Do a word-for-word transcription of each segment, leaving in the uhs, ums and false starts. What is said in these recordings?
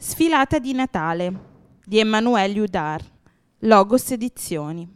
Sfilata di Natale di Emmanuel Udar, Logos Edizioni.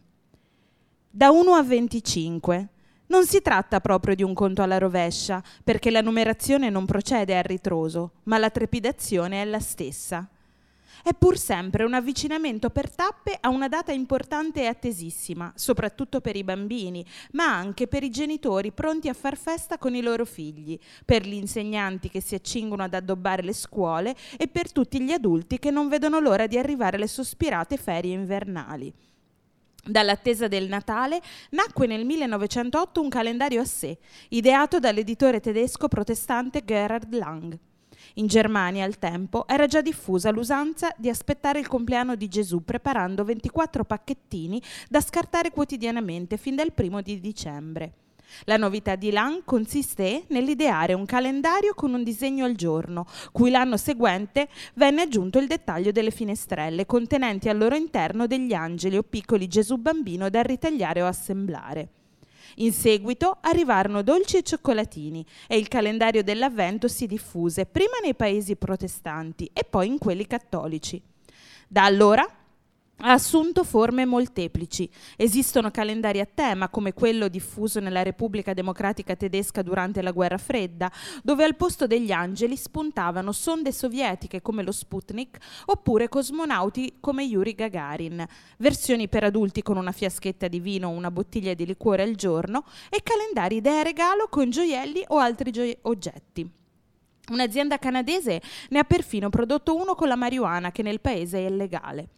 Da uno a venticinque. Non si tratta proprio di un conto alla rovescia, perché la numerazione non procede a ritroso, ma la trepidazione è la stessa. È pur sempre un avvicinamento per tappe a una data importante e attesissima, soprattutto per i bambini, ma anche per i genitori pronti a far festa con i loro figli, per gli insegnanti che si accingono ad addobbare le scuole e per tutti gli adulti che non vedono l'ora di arrivare alle sospirate ferie invernali. Dall'attesa del Natale nacque nel millenovecentotto un calendario a sé, ideato dall'editore tedesco protestante Gerhard Lang. In Germania, al tempo, era già diffusa l'usanza di aspettare il compleanno di Gesù preparando ventiquattro pacchettini da scartare quotidianamente fin dal primo di dicembre. La novità di Lang consiste nell'ideare un calendario con un disegno al giorno, cui l'anno seguente venne aggiunto il dettaglio delle finestrelle, contenenti al loro interno degli angeli o piccoli Gesù bambino da ritagliare o assemblare. In seguito arrivarono dolci e cioccolatini e il calendario dell'Avvento si diffuse prima nei paesi protestanti e poi in quelli cattolici. Da allora ha assunto forme molteplici. Esistono calendari a tema, come quello diffuso nella Repubblica Democratica Tedesca durante la Guerra Fredda, dove al posto degli angeli spuntavano sonde sovietiche come lo Sputnik oppure cosmonauti come Yuri Gagarin, versioni per adulti con una fiaschetta di vino o una bottiglia di liquore al giorno e calendari idea regalo con gioielli o altri gio- oggetti. Un'azienda canadese ne ha perfino prodotto uno con la marijuana, che nel paese è illegale.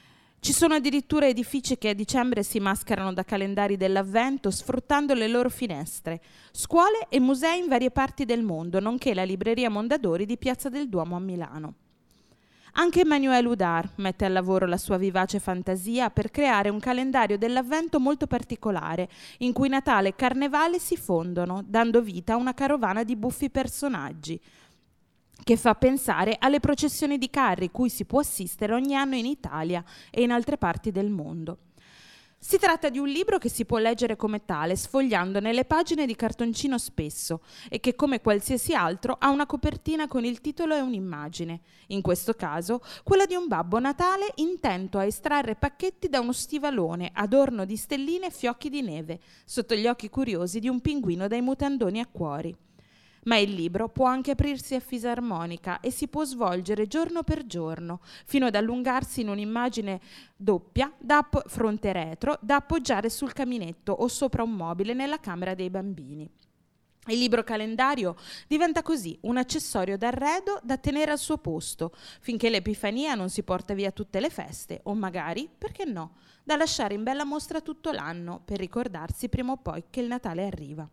Ci sono addirittura edifici che a dicembre si mascherano da calendari dell'Avvento sfruttando le loro finestre, scuole e musei in varie parti del mondo, nonché la libreria Mondadori di Piazza del Duomo a Milano. Anche Emmanuel Udar mette al lavoro la sua vivace fantasia per creare un calendario dell'Avvento molto particolare, in cui Natale e Carnevale si fondono, dando vita a una carovana di buffi personaggi, che fa pensare alle processioni di carri cui si può assistere ogni anno in Italia e in altre parti del mondo. Si tratta di un libro che si può leggere come tale, sfogliando nelle pagine di cartoncino spesso, e che, come qualsiasi altro, ha una copertina con il titolo e un'immagine, in questo caso quella di un Babbo Natale intento a estrarre pacchetti da uno stivalone adorno di stelline e fiocchi di neve, sotto gli occhi curiosi di un pinguino dai mutandoni a cuori. Ma il libro può anche aprirsi a fisarmonica e si può svolgere giorno per giorno, fino ad allungarsi in un'immagine doppia, da app- fronte retro, da appoggiare sul caminetto o sopra un mobile nella camera dei bambini. Il libro calendario diventa così un accessorio d'arredo da tenere al suo posto, finché l'Epifania non si porta via tutte le feste, o magari, perché no, da lasciare in bella mostra tutto l'anno, per ricordarsi prima o poi che il Natale arriva.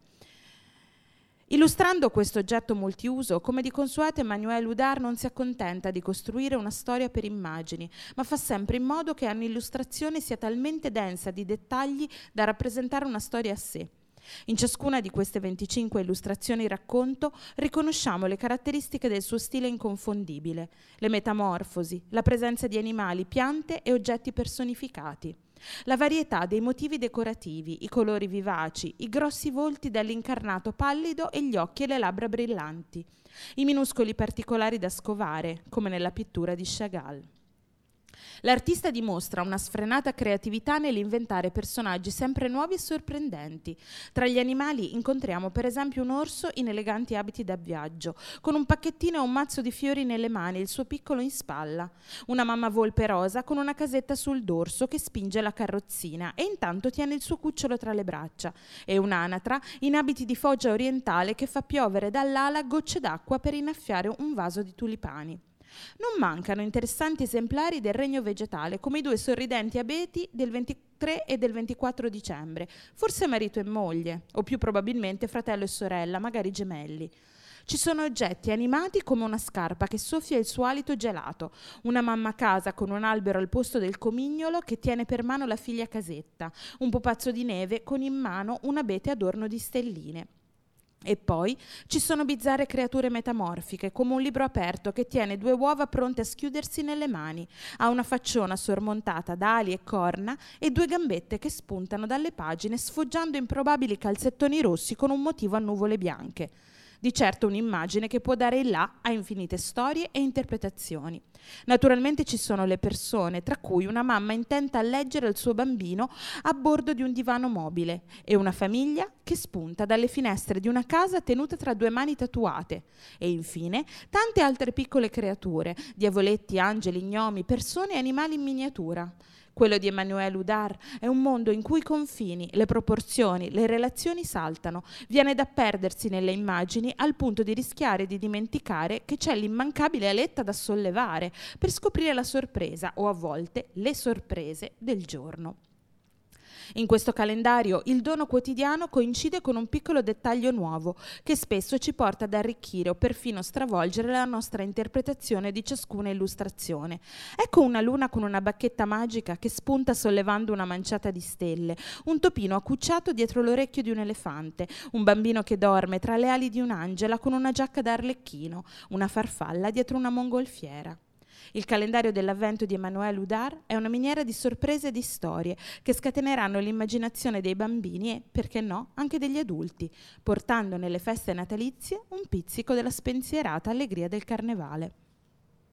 Illustrando questo oggetto multiuso, come di consueto Emmanuel Udar non si accontenta di costruire una storia per immagini, ma fa sempre in modo che un'illustrazione sia talmente densa di dettagli da rappresentare una storia a sé. In ciascuna di queste venticinque illustrazioni racconto riconosciamo le caratteristiche del suo stile inconfondibile, le metamorfosi, la presenza di animali, piante e oggetti personificati. La varietà dei motivi decorativi, i colori vivaci, i grossi volti dall'incarnato pallido e gli occhi e le labbra brillanti, i minuscoli particolari da scovare, come nella pittura di Chagall. L'artista dimostra una sfrenata creatività nell'inventare personaggi sempre nuovi e sorprendenti. Tra gli animali incontriamo per esempio un orso in eleganti abiti da viaggio, con un pacchettino e un mazzo di fiori nelle mani e il suo piccolo in spalla, una mamma volpe rosa con una casetta sul dorso che spinge la carrozzina e intanto tiene il suo cucciolo tra le braccia, e un'anatra in abiti di foggia orientale che fa piovere dall'ala gocce d'acqua per innaffiare un vaso di tulipani. Non mancano interessanti esemplari del regno vegetale, come i due sorridenti abeti del ventitré e del ventiquattro dicembre, forse marito e moglie, o più probabilmente fratello e sorella, magari gemelli. Ci sono oggetti animati come una scarpa che soffia il suo alito gelato, una mamma a casa con un albero al posto del comignolo che tiene per mano la figlia casetta, un pupazzo di neve con in mano un abete adorno di stelline. E poi ci sono bizzarre creature metamorfiche, come un libro aperto che tiene due uova pronte a schiudersi nelle mani, ha una facciona sormontata da ali e corna e due gambette che spuntano dalle pagine sfoggiando improbabili calzettoni rossi con un motivo a nuvole bianche. di certo un'immagine che può dare il là a infinite storie e interpretazioni. Naturalmente ci sono le persone, tra cui una mamma intenta a leggere al suo bambino a bordo di un divano mobile e una famiglia che spunta dalle finestre di una casa tenuta tra due mani tatuate e infine tante altre piccole creature, diavoletti, angeli, gnomi, persone e animali in miniatura. Quello di Emmanuel Udard è un mondo in cui i confini, le proporzioni, le relazioni saltano, viene da perdersi nelle immagini al punto di rischiare di dimenticare che c'è l'immancabile aletta da sollevare per scoprire la sorpresa o a volte le sorprese del giorno. In questo calendario il dono quotidiano coincide con un piccolo dettaglio nuovo che spesso ci porta ad arricchire o perfino stravolgere la nostra interpretazione di ciascuna illustrazione. Ecco una luna con una bacchetta magica che spunta sollevando una manciata di stelle, un topino accucciato dietro l'orecchio di un elefante, un bambino che dorme tra le ali di un'angela con una giacca da arlecchino, una farfalla dietro una mongolfiera. Il calendario dell'avvento di Emmanuel Udard è una miniera di sorprese e di storie che scateneranno l'immaginazione dei bambini e, perché no, anche degli adulti, portando nelle feste natalizie un pizzico della spensierata allegria del carnevale.